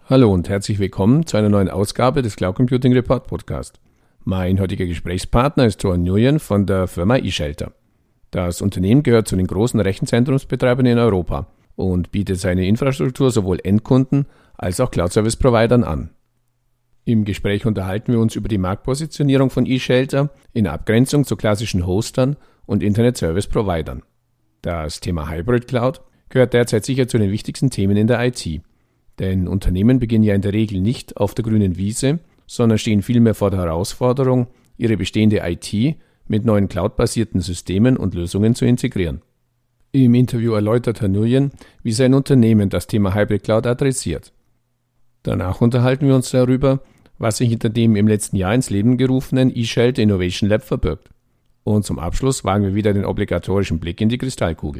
Hallo und herzlich willkommen zu einer neuen Ausgabe des Cloud Computing Report Podcast. Mein heutiger Gesprächspartner ist Thor Nguyen von der Firma eShelter. Das Unternehmen gehört zu den großen Rechenzentrumsbetreibern in Europa und bietet seine Infrastruktur sowohl Endkunden als auch Cloud-Service-Providern an. Im Gespräch unterhalten wir uns über die Marktpositionierung von eShelter in Abgrenzung zu klassischen Hostern und Internet-Service-Providern. Das Thema Hybrid Cloud gehört derzeit sicher zu den wichtigsten Themen in der IT. Denn Unternehmen beginnen ja in der Regel nicht auf der grünen Wiese, sondern stehen vielmehr vor der Herausforderung, ihre bestehende IT mit neuen cloud-basierten Systemen und Lösungen zu integrieren. Im Interview erläutert Herr Nguyen, wie sein Unternehmen das Thema Hybrid Cloud adressiert. Danach unterhalten wir uns darüber, was sich hinter dem im letzten Jahr ins Leben gerufenen eShelter Innovation Lab verbirgt. Und zum Abschluss wagen wir wieder den obligatorischen Blick in die Kristallkugel.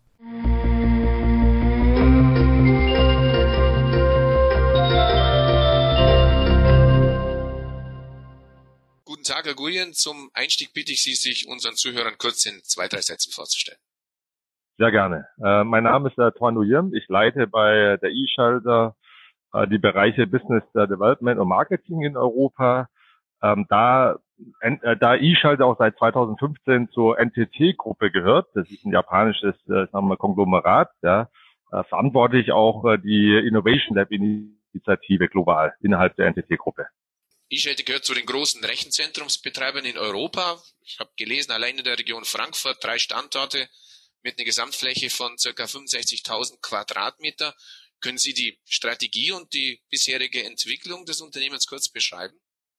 Guten Tag, Herr Nguyen. Zum Einstieg bitte ich Sie, sich unseren Zuhörern kurz in 2-3 Sätzen vorzustellen. Sehr gerne. Mein Name ist Thor Nguyen. Ich leite bei der eShelter die Bereiche Business Development und Marketing in Europa. Da eShelter auch seit 2015 zur NTT-Gruppe gehört, das ist ein japanisches Konglomerat, ja, verantworte ich auch die Innovation Lab Initiative global innerhalb der NTT-Gruppe. eShelter gehört zu den großen Rechenzentrumsbetreibern in Europa. Ich habe gelesen, allein in der Region Frankfurt 3 Standorte mit einer Gesamtfläche von ca. 65.000 Quadratmeter. Können Sie die Strategie und die bisherige Entwicklung des Unternehmens kurz beschreiben?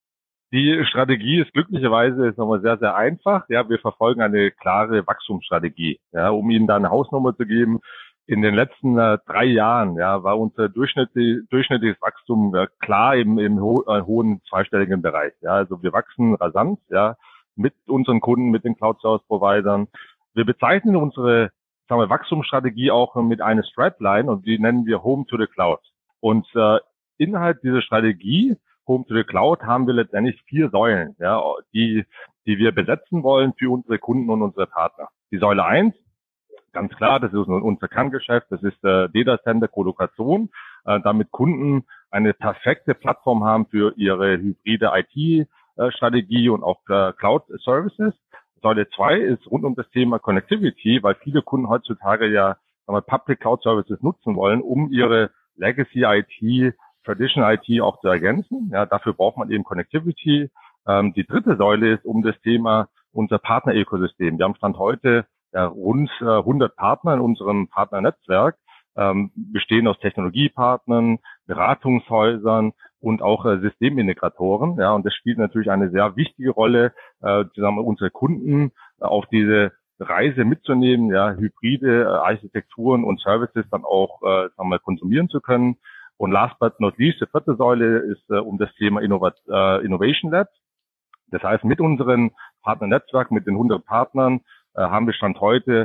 Die Strategie ist glücklicherweise sehr, sehr einfach. Ja, wir verfolgen eine klare Wachstumsstrategie. Ja, um Ihnen da eine Hausnummer zu geben. In den letzten 3 Jahren, ja, war unser durchschnittliches Wachstum klar im hohen zweistelligen Bereich. Ja, also wir wachsen rasant, ja, mit unseren Kunden, mit den Cloud Service Providern. Wir bezeichnen unsere, Wachstumsstrategie auch mit einer Strapline und die nennen wir Home to the Cloud. Und innerhalb dieser Strategie Home to the Cloud haben wir letztendlich 4 Säulen, ja, die wir besetzen wollen für unsere Kunden und unsere Partner. Die Säule 1, ganz klar, das ist unser Kerngeschäft, das ist Data Center Kolokation, damit Kunden eine perfekte Plattform haben für ihre hybride IT-Strategie und auch Cloud Services. Säule 2 ist rund um das Thema Connectivity, weil viele Kunden heutzutage ja Public Cloud Services nutzen wollen, um ihre Legacy IT, Traditional IT auch zu ergänzen. Ja, dafür braucht man eben Connectivity. Die dritte Säule ist um das Thema unser Partner-Ökosystem. Wir haben Stand heute rund 100 Partner in unserem Partnernetzwerk, bestehen aus Technologiepartnern, Beratungshäusern und auch Systemintegratoren. Ja, und das spielt natürlich eine sehr wichtige Rolle, unsere Kunden auf diese Reise mitzunehmen, ja, hybride Architekturen und Services dann auch konsumieren zu können. Und last but not least, die vierte Säule ist um das Thema Innovation Lab. Das heißt, mit unserem Partnernetzwerk, mit den 100 Partnern, haben wir Stand heute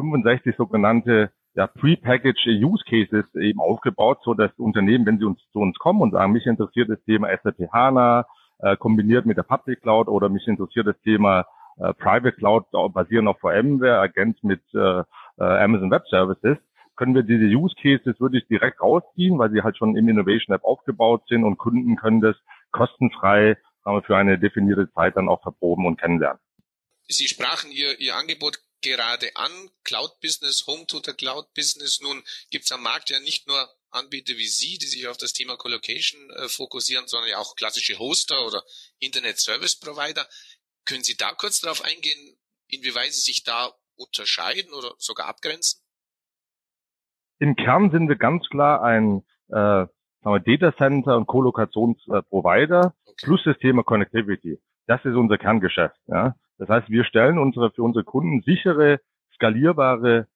65 sogenannte Pre-Packaged Use Cases eben aufgebaut, so dass Unternehmen, wenn sie zu uns kommen und sagen, mich interessiert das Thema SAP HANA kombiniert mit der Public Cloud oder mich interessiert das Thema Private Cloud basierend auf VMware, ergänzt mit Amazon Web Services, können wir diese Use Cases wirklich direkt rausziehen, weil sie halt schon im Innovation Lab aufgebaut sind und Kunden können das kostenfrei für eine definierte Zeit dann auch verproben und kennenlernen. Sie sprachen Ihr Angebot gerade an, Cloud Business, Home to the Cloud Business. Nun gibt es am Markt ja nicht nur Anbieter wie Sie, die sich auf das Thema Colocation fokussieren, sondern ja auch klassische Hoster oder Internet Service Provider. Können Sie da kurz darauf eingehen, inwieweit Sie sich da unterscheiden oder sogar abgrenzen? Im Kern sind wir ganz klar ein Data Center und Kolokationsprovider plus das Thema Connectivity. Das ist unser Kerngeschäft. Ja. Das heißt, wir stellen für unsere Kunden sichere, skalierbare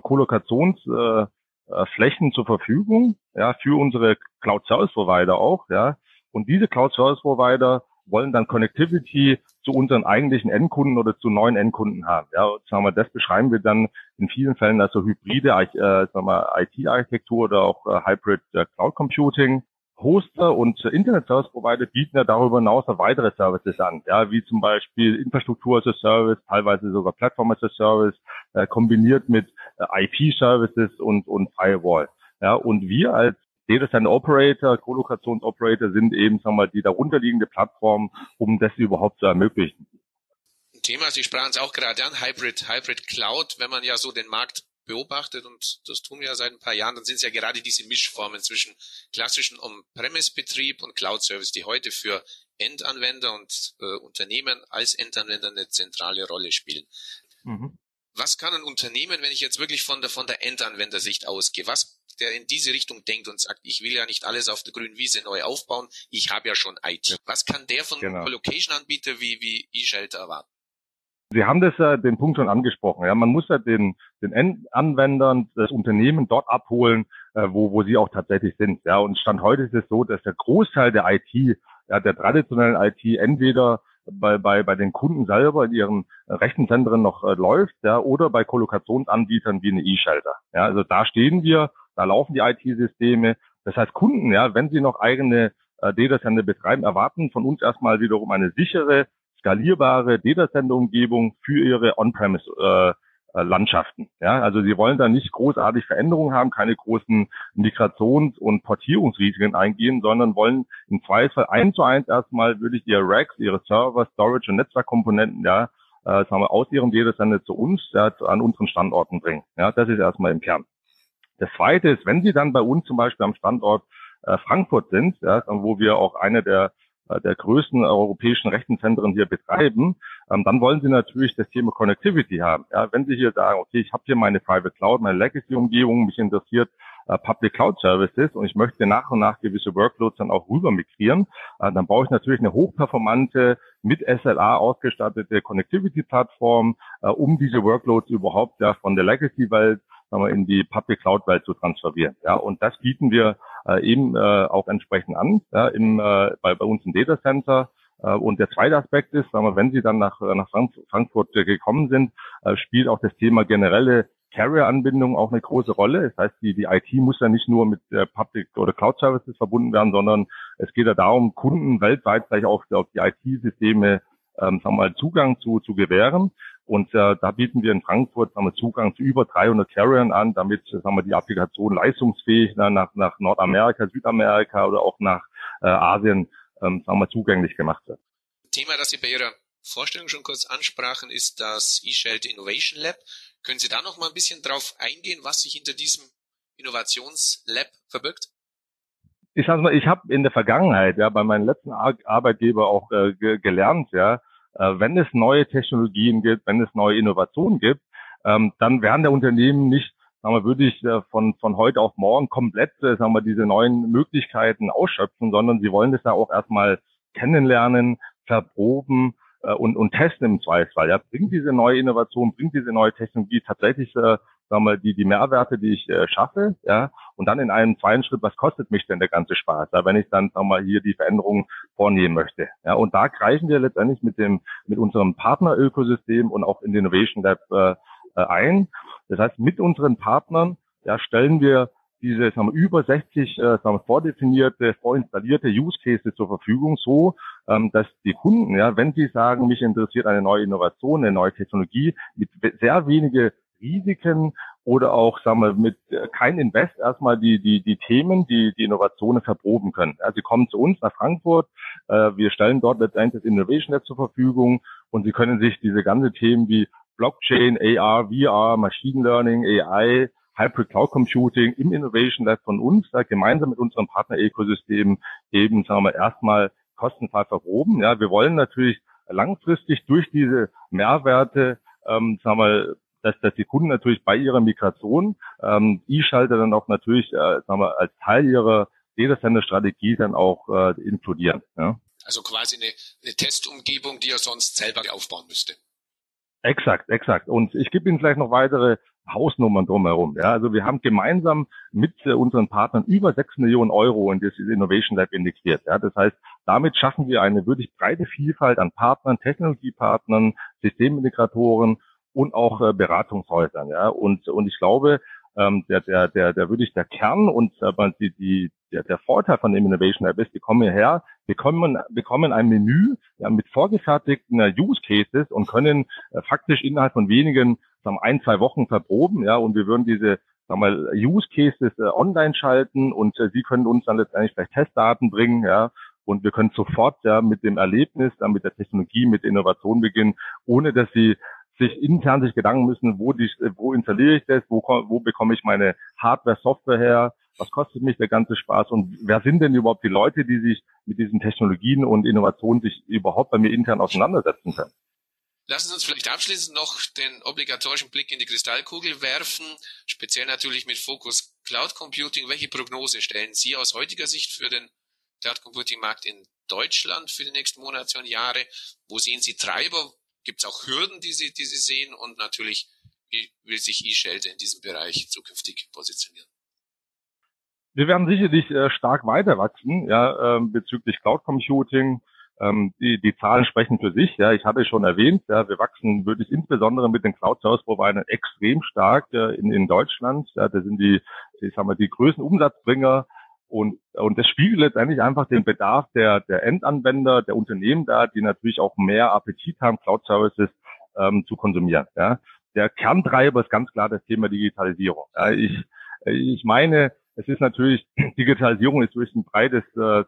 Kolokationsflächen zur Verfügung, ja, für unsere Cloud Service Provider auch. Ja. Und diese Cloud Service Provider wollen dann Connectivity zu unseren eigentlichen Endkunden oder zu neuen Endkunden haben. Ja, das beschreiben wir dann in vielen Fällen als so hybride IT-Architektur oder auch Hybrid Cloud Computing. Hoster und Internet Service Provider bieten ja darüber hinaus noch weitere Services an, ja, wie zum Beispiel Infrastruktur as a Service, teilweise sogar Plattform as a Service, kombiniert mit IP Services und Firewall. Ja, und wir als Data Center Operator, Kolokationsoperator sind eben, sagen wir mal, die darunterliegende Plattform, um das überhaupt zu ermöglichen. Ein Thema, Sie sprachen es auch gerade an, Hybrid Cloud, wenn man ja so den Markt beobachtet, und das tun wir ja seit ein paar Jahren, dann sind es ja gerade diese Mischformen zwischen klassischen On-Premise-Betrieb und Cloud-Service, die heute für Endanwender und Unternehmen als Endanwender eine zentrale Rolle spielen. Mhm. Was kann ein Unternehmen, wenn ich jetzt wirklich von der Endanwendersicht ausgehe, der in diese Richtung denkt und sagt, ich will ja nicht alles auf der grünen Wiese neu aufbauen, ich habe ja schon IT. Was kann der von einem Colocation-Anbieter wie eShelter erwarten? Sie haben das den Punkt schon angesprochen. Ja, man muss ja den Endanwendern das Unternehmen dort abholen, wo sie auch tatsächlich sind. Ja, und Stand heute ist es so, dass der Großteil der IT, ja, der traditionellen IT, entweder bei den Kunden selber in ihren Rechenzentren noch läuft, ja, oder bei Kolokationsanbietern wie eine eShelter. Ja, also da stehen wir, da laufen die IT-Systeme. Das heißt, Kunden, ja, wenn sie noch eigene Datacenter betreiben, erwarten von uns erstmal wiederum eine sichere, skalierbare Datacenter-Umgebung für ihre On-Premise-Landschaften. Ja, also sie wollen da nicht großartig Veränderungen haben, keine großen Migrations- und Portierungsrisiken eingehen, sondern wollen im Zweifelsfall 1:1 erstmal wirklich ihre Racks, ihre Server, Storage und Netzwerkkomponenten, ja, sagen wir, aus ihrem Datacenter zu uns, ja, an unseren Standorten bringen. Ja, das ist erstmal im Kern. Das Zweite ist, wenn Sie dann bei uns zum Beispiel am Standort Frankfurt sind, ja, wo wir auch eine der größten europäischen Rechenzentren hier betreiben, dann wollen Sie natürlich das Thema Connectivity haben. Ja, wenn Sie hier sagen, okay, ich habe hier meine Private Cloud, meine Legacy-Umgebung, mich interessiert Public Cloud Services und ich möchte nach und nach gewisse Workloads dann auch rüber migrieren, dann brauche ich natürlich eine hochperformante, mit SLA ausgestattete Connectivity-Plattform, um diese Workloads überhaupt ja von der Legacy-Welt in die Public Cloud Welt zu transferieren. Ja, und das bieten wir eben auch entsprechend an, ja, bei uns im Data Center. Und der zweite Aspekt ist, sagen wir, wenn Sie dann nach Frankfurt gekommen sind, spielt auch das Thema generelle Carrier-Anbindung auch eine große Rolle. Das heißt, die IT muss ja nicht nur mit Public oder Cloud Services verbunden werden, sondern es geht ja darum, Kunden weltweit gleich auf die IT-Systeme sagen wir mal, Zugang zu gewähren. Und da bieten wir in Frankfurt Zugang zu über 300 Carriern an, damit die Applikation leistungsfähig nach Nordamerika, Südamerika oder auch nach Asien zugänglich gemacht wird. Thema, das Sie bei Ihrer Vorstellung schon kurz ansprachen, ist das eShelter Innovation Lab. Können Sie da noch mal ein bisschen drauf eingehen, was sich hinter diesem Innovationslab verbirgt? Ich habe in der Vergangenheit, ja, bei meinem letzten Arbeitgeber auch gelernt, ja, wenn es neue Technologien gibt, wenn es neue Innovationen gibt, dann werden der Unternehmen nicht, würde ich von heute auf morgen komplett, diese neuen Möglichkeiten ausschöpfen, sondern sie wollen das ja auch erstmal kennenlernen, verproben und testen im Zweifelsfall. Ja, bringt diese neue Innovation, bringt diese neue Technologie tatsächlich die Mehrwerte, die ich schaffe, ja, und dann in einem zweiten Schritt, was kostet mich denn der ganze Spaß, ja, wenn ich dann hier die Veränderungen vornehmen möchte, ja, und da greifen wir letztendlich mit unserem Partnerökosystem und auch in den Innovation Lab ein. Das heißt, mit unseren Partnern, ja, stellen wir diese über 60 vordefinierte, vorinstallierte Use Cases zur Verfügung, so dass die Kunden, ja, wenn sie sagen, mich interessiert eine neue Innovation, eine neue Technologie, mit sehr wenige Risiken oder auch, mit kein Invest erstmal die Themen, die Innovationen verproben können. Also sie kommen zu uns nach Frankfurt, wir stellen dort letztendlich das Innovation Lab zur Verfügung und sie können sich diese ganzen Themen wie Blockchain, AR, VR, Machine Learning, AI, Hybrid Cloud Computing im Innovation Lab von uns, gemeinsam mit unserem Partner-Ökosystem eben, erstmal kostenfrei verproben. Ja, wir wollen natürlich langfristig durch diese Mehrwerte, dass die Kunden natürlich bei ihrer Migration eShelter dann auch natürlich, als Teil ihrer Datacenter-Strategie dann auch inkludieren. Ja. Also quasi eine Testumgebung, die er sonst selber aufbauen müsste. Exakt. Und ich gebe Ihnen vielleicht noch weitere Hausnummern drumherum. Ja, also wir haben gemeinsam mit unseren Partnern über 6 Millionen Euro in das Innovation Lab integriert. Ja, das heißt, damit schaffen wir eine wirklich breite Vielfalt an Partnern, Technologiepartnern, Systemintegratoren und auch Beratungshäusern. Ja, und ich glaube, der Kern und der Vorteil von dem Innovation Lab ist, wir kommen hierher, bekommen ein Menü, ja, mit vorgefertigten Use Cases und können faktisch innerhalb von wenigen 1-2 Wochen verproben, ja, und wir würden diese Use Cases online schalten und Sie können uns dann letztendlich vielleicht Testdaten bringen, ja, und wir können sofort mit dem Erlebnis, mit der Technologie, mit der Innovation beginnen, ohne dass Sie sich intern Gedanken müssen, wo installiere ich das, wo bekomme ich meine Hardware, Software her, was kostet mich der ganze Spaß und wer sind denn überhaupt die Leute, die sich mit diesen Technologien und Innovationen sich überhaupt bei mir intern auseinandersetzen können. Lassen Sie uns vielleicht abschließend noch den obligatorischen Blick in die Kristallkugel werfen, speziell natürlich mit Fokus Cloud Computing. Welche Prognose stellen Sie aus heutiger Sicht für den Cloud Computing Markt in Deutschland für die nächsten Monate und Jahre? Wo sehen Sie Treiber? Gibt es auch Hürden, die Sie sehen? Und natürlich, wie will sich eShelter in diesem Bereich zukünftig positionieren? Wir werden sicherlich stark weiter wachsen, bezüglich Cloud Computing. Die Zahlen sprechen für sich. Ja, ich hatte schon erwähnt, wir wachsen wirklich insbesondere mit den Cloud Service Providern extrem stark in Deutschland. Ja, das sind die größten Umsatzbringer und das spiegelt letztendlich einfach den Bedarf der Endanwender, der Unternehmen da, die natürlich auch mehr Appetit haben, Cloud Services zu konsumieren. Ja, der Kerntreiber ist ganz klar das Thema Digitalisierung. Ja, ich meine, es ist natürlich, Digitalisierung ist durch ein breites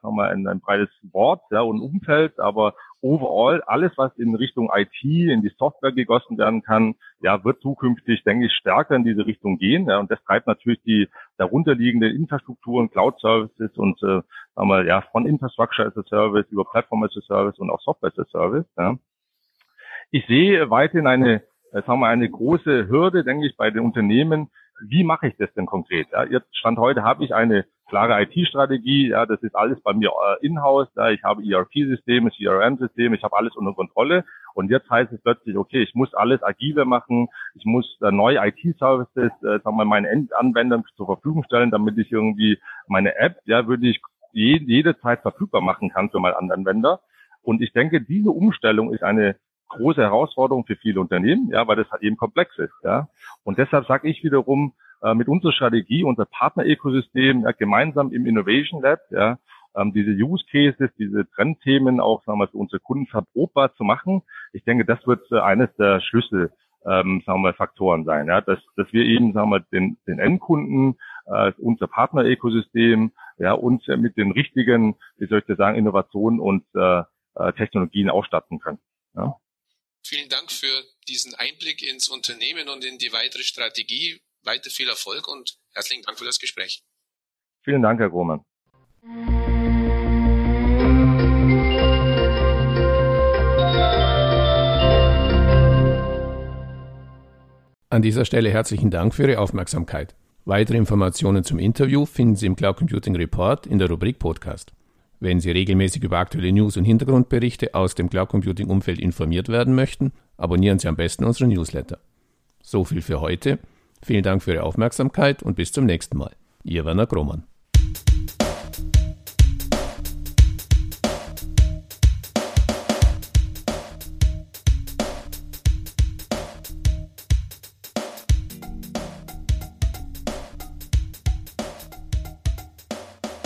Wort, ja, und Umfeld, aber overall alles, was in Richtung IT, in die Software gegossen werden kann, ja, wird zukünftig, denke ich, stärker in diese Richtung gehen, ja, und das treibt natürlich die darunterliegenden Infrastrukturen, Cloud Services und, von Infrastructure as a Service über Platform as a Service und auch Software as a Service, ja. Ich sehe weiterhin eine große Hürde, denke ich, bei den Unternehmen. Wie mache ich das denn konkret? Ja, jetzt Stand heute habe ich eine klare IT-Strategie. Ja, das ist alles bei mir in-house. Ja, ich habe ERP-Systeme, CRM-Systeme, ich habe alles unter Kontrolle. Und jetzt heißt es plötzlich, okay, ich muss alles agiler machen. Ich muss neue IT-Services, meinen Endanwendern zur Verfügung stellen, damit ich irgendwie meine App, wirklich jede Zeit verfügbar machen kann für meinen Anwender. Und ich denke, diese Umstellung ist eine große Herausforderung für viele Unternehmen, ja, weil das halt eben komplex ist, ja. Und deshalb sage ich wiederum, mit unserer Strategie, unser Partner-Ökosystem, ja, gemeinsam im Innovation Lab, ja, diese Use Cases, diese Trendthemen auch, für unsere Kunden verprobbar zu machen. Ich denke, das wird eines der Schlüssel, Faktoren sein, ja, dass wir eben, den Endkunden, unser Partner-Ökosystem, ja, uns mit den richtigen, Innovationen und Technologien ausstatten können, ja. Vielen Dank für diesen Einblick ins Unternehmen und in die weitere Strategie. Weiter viel Erfolg und herzlichen Dank für das Gespräch. Vielen Dank, Herr Grohmann. An dieser Stelle herzlichen Dank für Ihre Aufmerksamkeit. Weitere Informationen zum Interview finden Sie im Cloud Computing Report in der Rubrik Podcast. Wenn Sie regelmäßig über aktuelle News und Hintergrundberichte aus dem Cloud Computing Umfeld informiert werden möchten, abonnieren Sie am besten unsere Newsletter. So viel für heute. Vielen Dank für Ihre Aufmerksamkeit und bis zum nächsten Mal. Ihr Werner Grohmann.